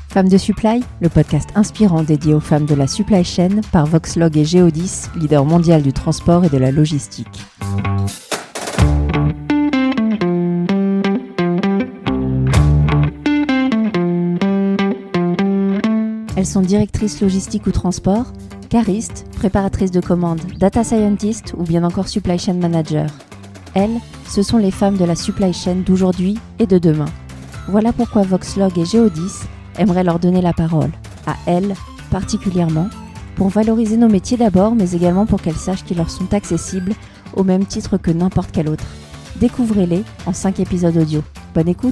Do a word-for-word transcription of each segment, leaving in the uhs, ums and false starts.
Femmes de Supply, le podcast inspirant dédié aux femmes de la supply chain par Voxlog et Geodis, leader mondial du transport et de la logistique. Elles sont directrices logistique ou transport, caristes, préparatrices de commandes, data scientists ou bien encore supply chain manager. Elles, ce sont les femmes de la supply chain d'aujourd'hui et de demain. Voilà pourquoi Voxlog et Geodis aimeraient leur donner la parole, à elles particulièrement, pour valoriser nos métiers d'abord, mais également pour qu'elles sachent qu'ils leur sont accessibles au même titre que n'importe quel autre. Découvrez-les en cinq épisodes audio. Bonne écoute!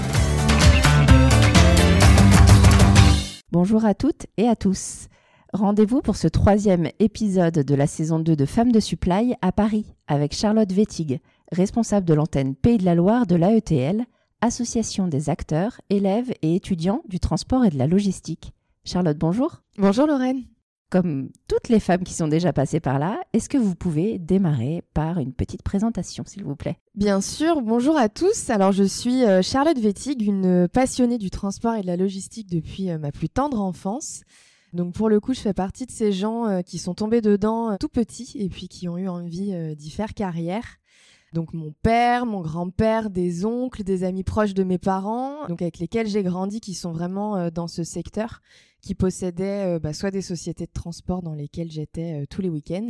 Bonjour à toutes et à tous. Rendez-vous pour ce troisième épisode de la saison deux de Femmes de Supply à Paris avec Charlotte Wettig, responsable de l'antenne Pays de la Loire de l'A E T L, Association des acteurs, élèves et étudiants du transport et de la logistique. Charlotte, bonjour. Bonjour Lorraine. Comme toutes les femmes qui sont déjà passées par là, est-ce que vous pouvez démarrer par une petite présentation, s'il vous plaît ? Bien sûr, bonjour à tous. Alors je suis Charlotte Wettig, une passionnée du transport et de la logistique depuis ma plus tendre enfance. Donc pour le coup, je fais partie de ces gens qui sont tombés dedans tout petits et puis qui ont eu envie d'y faire carrière. Donc mon père, mon grand-père, des oncles, des amis proches de mes parents, donc avec lesquels j'ai grandi, qui sont vraiment euh, dans ce secteur, qui possédaient euh, bah, soit des sociétés de transport dans lesquelles j'étais euh, tous les week-ends,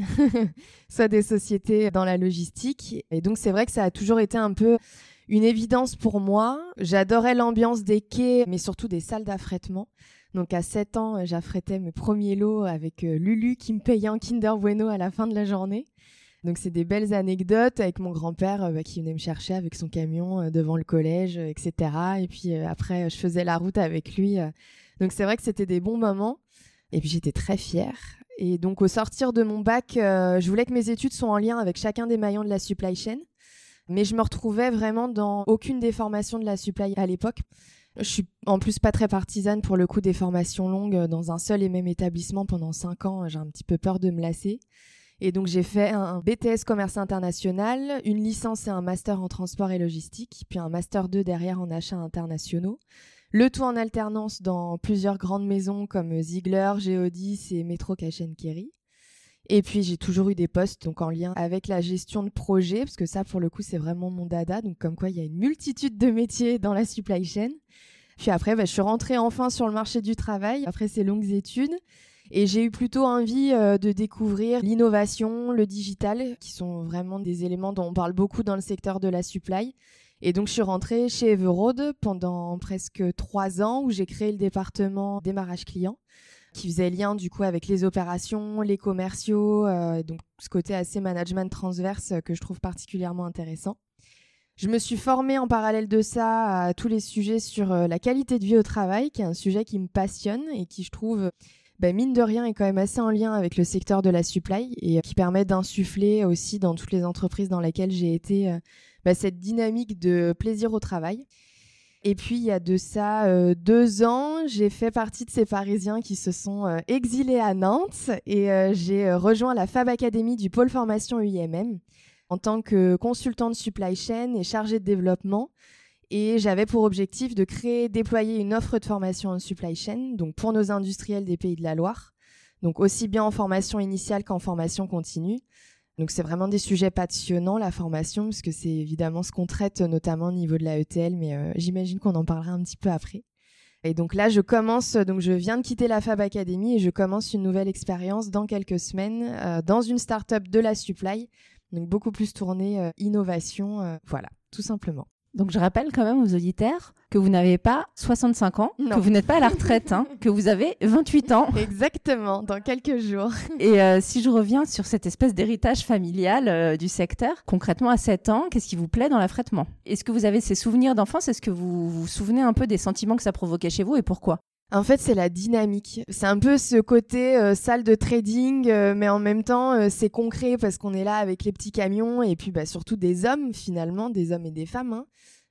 soit des sociétés dans la logistique. Et donc c'est vrai que ça a toujours été un peu une évidence pour moi. J'adorais l'ambiance des quais, mais surtout des salles d'affrètement. Donc à sept ans, j'affrètais mes premiers lots avec euh, Lulu qui me payait en Kinder Bueno à la fin de la journée. Donc c'est des belles anecdotes avec mon grand-père euh, bah, qui venait me chercher avec son camion euh, devant le collège, euh, et cetera. Et puis euh, après, je faisais la route avec lui. Euh. Donc c'est vrai que c'était des bons moments. Et puis j'étais très fière. Et donc au sortir de mon bac, euh, je voulais que mes études soient en lien avec chacun des maillons de la supply chain. Mais je me retrouvais vraiment dans aucune des formations de la supply à l'époque. Je suis en plus pas très partisane pour le coup des formations longues dans un seul et même établissement pendant cinq ans. J'ai un petit peu peur de me lasser. Et donc, j'ai fait un B T S commerce international, une licence et un master en transport et logistique, puis un master deux derrière en achats internationaux. Le tout en alternance dans plusieurs grandes maisons comme Ziegler, Geodis et Metro Cash and Carry. Et puis, j'ai toujours eu des postes donc en lien avec la gestion de projet, parce que ça, pour le coup, c'est vraiment mon dada. Donc, comme quoi, il y a une multitude de métiers dans la supply chain. Puis après, bah, je suis rentrée enfin sur le marché du travail, après ces longues études. Et j'ai eu plutôt envie euh, de découvrir l'innovation, le digital, qui sont vraiment des éléments dont on parle beaucoup dans le secteur de la supply. Et donc, je suis rentrée chez Everroad pendant presque trois ans où j'ai créé le département démarrage client qui faisait lien du coup avec les opérations, les commerciaux, euh, donc ce côté assez management transverse que je trouve particulièrement intéressant. Je me suis formée en parallèle de ça à tous les sujets sur euh, la qualité de vie au travail, qui est un sujet qui me passionne et qui, je trouve... Ben, mine de rien, est quand même assez en lien avec le secteur de la supply et qui permet d'insuffler aussi dans toutes les entreprises dans lesquelles j'ai été euh, ben, cette dynamique de plaisir au travail. Et puis, il y a de ça euh, deux ans, j'ai fait partie de ces Parisiens qui se sont euh, exilés à Nantes et euh, j'ai euh, rejoint la Fab Academy du pôle formation U I M M en tant que consultante supply chain et chargée de développement. Et j'avais pour objectif de créer, déployer une offre de formation en supply chain, donc pour nos industriels des Pays de la Loire, donc aussi bien en formation initiale qu'en formation continue. Donc c'est vraiment des sujets passionnants, la formation, parce que c'est évidemment ce qu'on traite notamment au niveau de la E T L, mais euh, j'imagine qu'on en parlera un petit peu après. Et donc là, je commence, donc je viens de quitter la Fab Academy et je commence une nouvelle expérience dans quelques semaines euh, dans une start-up de la supply, donc beaucoup plus tournée euh, innovation, euh, voilà, tout simplement. Donc, je rappelle quand même aux auditeurs que vous n'avez pas soixante-cinq ans, non. Que vous n'êtes pas à la retraite, hein, que vous avez vingt-huit ans. Exactement, dans quelques jours. Et euh, si je reviens sur cette espèce d'héritage familial euh, du secteur, concrètement à sept ans, qu'est-ce qui vous plaît dans l'affrètement ? Est-ce que vous avez ces souvenirs d'enfance ? Est-ce que vous vous souvenez un peu des sentiments que ça provoquait chez vous et pourquoi ? En fait, c'est la dynamique. C'est un peu ce côté euh, salle de trading, euh, mais en même temps, euh, c'est concret parce qu'on est là avec les petits camions et puis bah, surtout des hommes, finalement, des hommes et des femmes. Hein.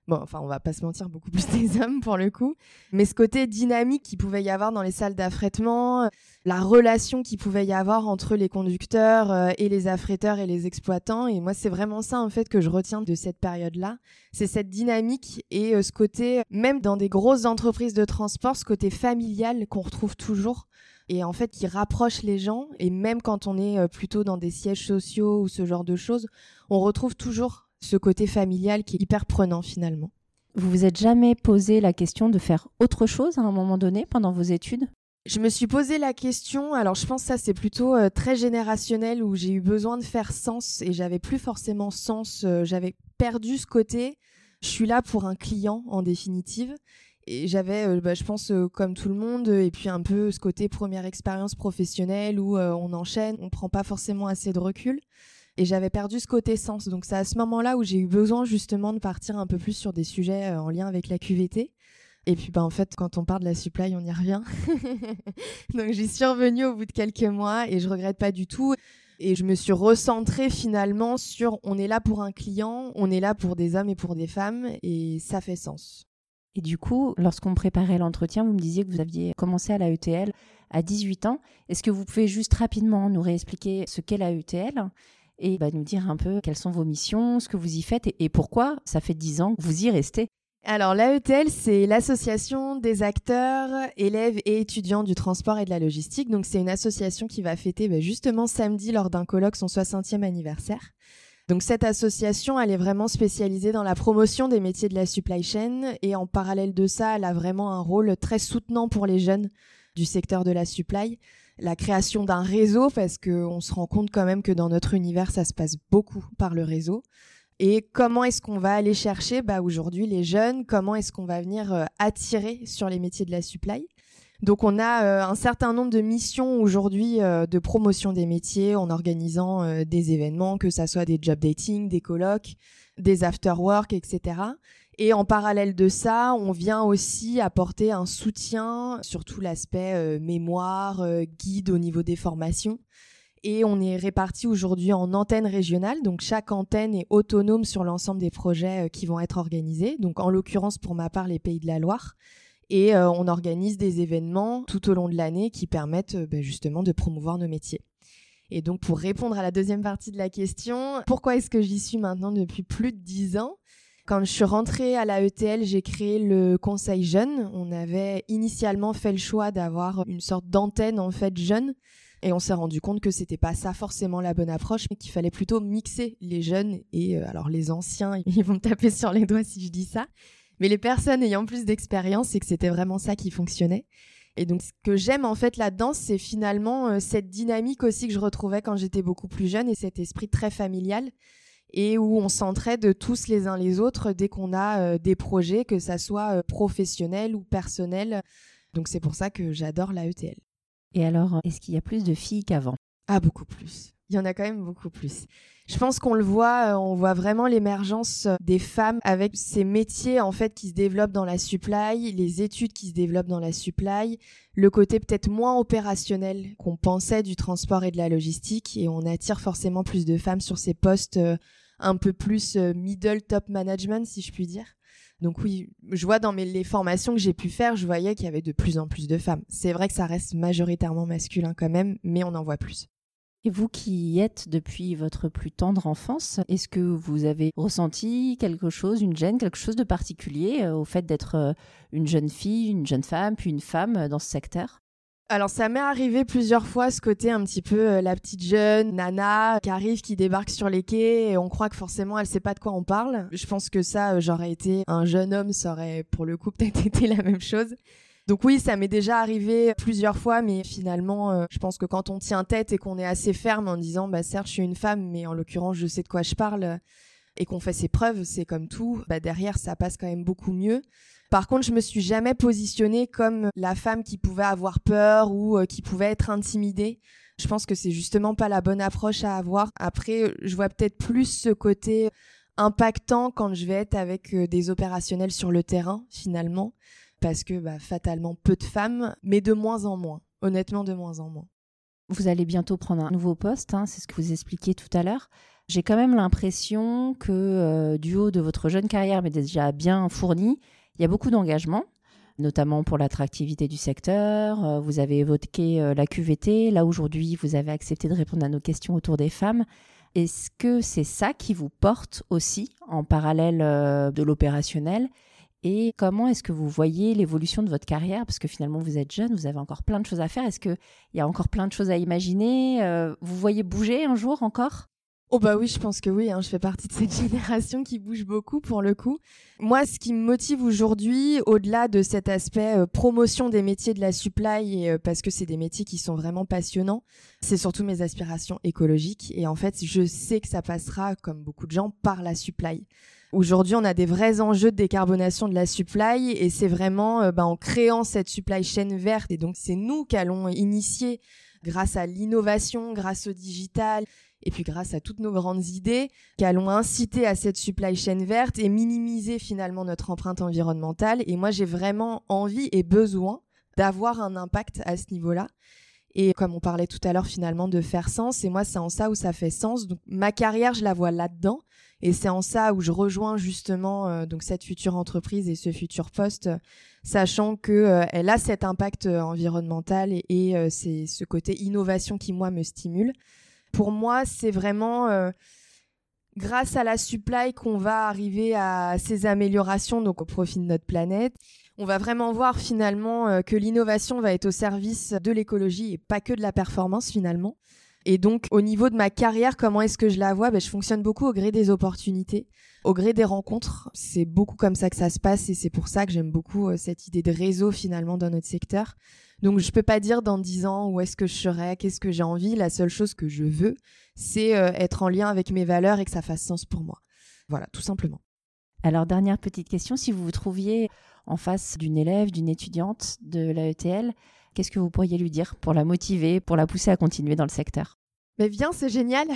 Bon, enfin, on va pas se mentir, beaucoup plus des hommes pour le coup. Mais ce côté dynamique qu'il pouvait y avoir dans les salles d'affrètement, la relation qu'il pouvait y avoir entre les conducteurs euh, et les affrèteurs et les exploitants. Et moi, c'est vraiment ça, en fait, que je retiens de cette période-là. C'est cette dynamique et euh, ce côté, même dans des grosses entreprises de transport, ce côté familial qu'on retrouve toujours. Et en fait, qui rapproche les gens. Et même quand on est euh, plutôt dans des sièges sociaux ou ce genre de choses, on retrouve toujours ce côté familial qui est hyper prenant finalement. Vous vous êtes jamais posé la question de faire autre chose à un moment donné pendant vos études ? Je me suis posé la question, alors je pense que ça c'est plutôt euh, très générationnel où j'ai eu besoin de faire sens et j'avais plus forcément sens, euh, j'avais perdu ce côté, je suis là pour un client en définitive. Et j'avais, euh, bah, je pense, euh, comme tout le monde, et puis un peu ce côté première expérience professionnelle où euh, on enchaîne, on prend pas forcément assez de recul. Et j'avais perdu ce côté sens. Donc c'est à ce moment-là où j'ai eu besoin justement de partir un peu plus sur des sujets euh, en lien avec la Q V T. Et puis bah, en fait, quand on parle de la supply, on y revient. Donc j'y suis revenue au bout de quelques mois et je regrette pas du tout. Et je me suis recentrée finalement sur on est là pour un client, on est là pour des hommes et pour des femmes et ça fait sens. Et du coup, lorsqu'on préparait l'entretien, vous me disiez que vous aviez commencé à l'A E T L à dix-huit ans. Est-ce que vous pouvez juste rapidement nous réexpliquer ce qu'est l'A E T L ? Et bah, nous dire un peu quelles sont vos missions, ce que vous y faites et, et pourquoi ça fait dix ans que vous y restez. Alors l'A E T L, c'est l'association des acteurs, élèves et étudiants du transport et de la logistique. Donc c'est une association qui va fêter bah, justement samedi lors d'un colloque son soixantième anniversaire. Donc cette association, elle est vraiment spécialisée dans la promotion des métiers de la supply chain et en parallèle de ça, elle a vraiment un rôle très soutenant pour les jeunes du secteur de la supply. La création d'un réseau, parce qu'on se rend compte quand même que dans notre univers, ça se passe beaucoup par le réseau. Et comment est-ce qu'on va aller chercher bah, aujourd'hui les jeunes, comment est-ce qu'on va venir euh, attirer sur les métiers de la supply. Donc on a euh, un certain nombre de missions aujourd'hui euh, de promotion des métiers en organisant euh, des événements, que ça soit des job dating, des colloques, des after-work, et cetera. Et en parallèle de ça, on vient aussi apporter un soutien sur tout l'aspect euh, mémoire, euh, guide au niveau des formations. Et on est répartis aujourd'hui en antennes régionales. Donc chaque antenne est autonome sur l'ensemble des projets euh, qui vont être organisés. Donc en l'occurrence, pour ma part, les Pays de la Loire. Et euh, on organise des événements tout au long de l'année qui permettent euh, bah, justement de promouvoir nos métiers. Et donc pour répondre à la deuxième partie de la question, pourquoi est-ce que j'y suis maintenant depuis plus de dix ans ? Quand je suis rentrée à l'A E T L, j'ai créé le conseil jeune. On avait initialement fait le choix d'avoir une sorte d'antenne en fait jeune. Et on s'est rendu compte que c'était pas ça forcément la bonne approche, mais qu'il fallait plutôt mixer les jeunes et euh, alors les anciens, ils vont me taper sur les doigts si je dis ça. Mais les personnes ayant plus d'expérience, c'est que c'était vraiment ça qui fonctionnait. Et donc, ce que j'aime en fait là-dedans, c'est finalement euh, cette dynamique aussi que je retrouvais quand j'étais beaucoup plus jeune et cet esprit très familial et où on s'entraide tous les uns les autres dès qu'on a euh, des projets, que ça soit euh, professionnel ou personnel. Donc, c'est pour ça que j'adore l'A E T L. Et alors, est-ce qu'il y a plus de filles qu'avant ? Ah, beaucoup plus. Il y en a quand même beaucoup plus. Je pense qu'on le voit, on voit vraiment l'émergence des femmes avec ces métiers en fait qui se développent dans la supply, les études qui se développent dans la supply, le côté peut-être moins opérationnel qu'on pensait du transport et de la logistique, et on attire forcément plus de femmes sur ces postes un peu plus middle top management si je puis dire. Donc oui, je vois dans mes, les formations que j'ai pu faire, je voyais qu'il y avait de plus en plus de femmes. C'est vrai que ça reste majoritairement masculin quand même, mais on en voit plus. Et vous qui y êtes depuis votre plus tendre enfance, est-ce que vous avez ressenti quelque chose, une gêne, quelque chose de particulier euh, au fait d'être euh, une jeune fille, une jeune femme, puis une femme euh, dans ce secteur ? Alors ça m'est arrivé plusieurs fois ce côté un petit peu euh, la petite jeune nana qui arrive, qui débarque sur les quais et on croit que forcément elle sait pas de quoi on parle. Je pense que ça, euh, j'aurais été un jeune homme, ça aurait pour le coup peut-être été la même chose. Donc oui, ça m'est déjà arrivé plusieurs fois, mais finalement, euh, je pense que quand on tient tête et qu'on est assez ferme en disant bah certes je suis une femme, mais en l'occurrence je sais de quoi je parle, et qu'on fait ses preuves, c'est comme tout, bah derrière ça passe quand même beaucoup mieux. Par contre, je me suis jamais positionnée comme la femme qui pouvait avoir peur ou euh, qui pouvait être intimidée. Je pense que c'est justement pas la bonne approche à avoir. Après, je vois peut-être plus ce côté impactant quand je vais être avec euh, des opérationnels sur le terrain, finalement. Parce que bah, fatalement peu de femmes, mais de moins en moins, honnêtement de moins en moins. Vous allez bientôt prendre un nouveau poste, hein, c'est ce que vous expliquiez tout à l'heure. J'ai quand même l'impression que euh, du haut de votre jeune carrière, mais déjà bien fournie, il y a beaucoup d'engagement, notamment pour l'attractivité du secteur. Euh, vous avez évoqué euh, la Q V T. Là, aujourd'hui, vous avez accepté de répondre à nos questions autour des femmes. Est-ce que c'est ça qui vous porte aussi en parallèle euh, de l'opérationnel ? Et comment est-ce que vous voyez l'évolution de votre carrière ? Parce que finalement, vous êtes jeune, vous avez encore plein de choses à faire. Est-ce qu'il y a encore plein de choses à imaginer ? euh, Vous voyez bouger un jour encore ? Oh bah oui, je pense que oui, hein, je fais partie de cette génération qui bouge beaucoup pour le coup. Moi, ce qui me motive aujourd'hui, au-delà de cet aspect euh, promotion des métiers de la supply, et, euh, parce que c'est des métiers qui sont vraiment passionnants, c'est surtout mes aspirations écologiques. Et en fait, je sais que ça passera, comme beaucoup de gens, par la supply. Aujourd'hui, on a des vrais enjeux de décarbonation de la supply et c'est vraiment euh, bah, en créant cette supply chain verte. Et donc, c'est nous qu'allons initier grâce à l'innovation, grâce au digital, et puis grâce à toutes nos grandes idées, qu'allons inciter à cette supply chain verte et minimiser finalement notre empreinte environnementale. Et moi, j'ai vraiment envie et besoin d'avoir un impact à ce niveau-là. Et comme on parlait tout à l'heure finalement de faire sens, et moi, c'est en ça où ça fait sens. Donc, ma carrière, je la vois là-dedans. Et c'est en ça où je rejoins justement euh, donc cette future entreprise et ce futur poste, euh, sachant que euh, elle a cet impact euh, environnemental et, et euh, c'est ce côté innovation qui, moi, me stimule. Pour moi, c'est vraiment euh, grâce à la supply qu'on va arriver à ces améliorations, donc au profit de notre planète. On va vraiment voir finalement euh, que l'innovation va être au service de l'écologie et pas que de la performance finalement. Et donc, au niveau de ma carrière, comment est-ce que je la vois ? Ben, je fonctionne beaucoup au gré des opportunités, au gré des rencontres. C'est beaucoup comme ça que ça se passe et c'est pour ça que j'aime beaucoup euh, cette idée de réseau finalement dans notre secteur. Donc, je peux pas dire dans dix ans où est-ce que je serai, qu'est-ce que j'ai envie. La seule chose que je veux, c'est euh, être en lien avec mes valeurs et que ça fasse sens pour moi. Voilà, tout simplement. Alors, dernière petite question, si vous vous trouviez en face d'une élève, d'une étudiante de l'A E T L, qu'est-ce que vous pourriez lui dire pour la motiver, pour la pousser à continuer dans le secteur ? Mais viens, c'est génial.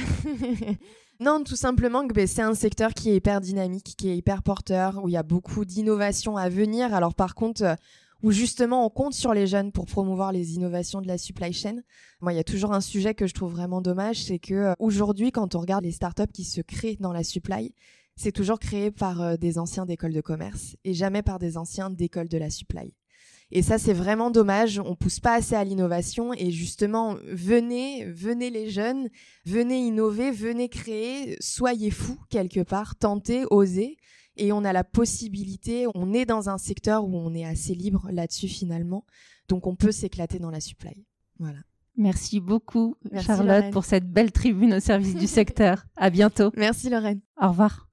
Non, tout simplement que ben, c'est un secteur qui est hyper dynamique, qui est hyper porteur, où il y a beaucoup d'innovations à venir. Alors par contre, euh, où justement on compte sur les jeunes pour promouvoir les innovations de la supply chain. Moi, il y a toujours un sujet que je trouve vraiment dommage, c'est que euh, aujourd'hui, quand on regarde les startups qui se créent dans la supply, c'est toujours créé par euh, des anciens d'écoles de commerce et jamais par des anciens d'écoles de la supply. Et ça, c'est vraiment dommage. On pousse pas assez à l'innovation. Et justement, venez, venez les jeunes, venez innover, venez créer, soyez fous quelque part, tentez, osez. Et on a la possibilité, on est dans un secteur où on est assez libre là-dessus finalement. Donc, on peut s'éclater dans la supply. Voilà. Merci beaucoup, Merci, Charlotte, Lorraine. pour cette belle tribune au service du secteur. À bientôt. Merci, Lorraine. Au revoir.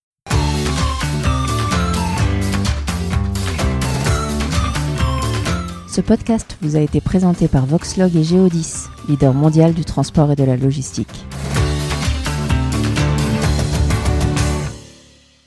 Ce podcast vous a été présenté par Voxlog et Geodis, leader mondial du transport et de la logistique.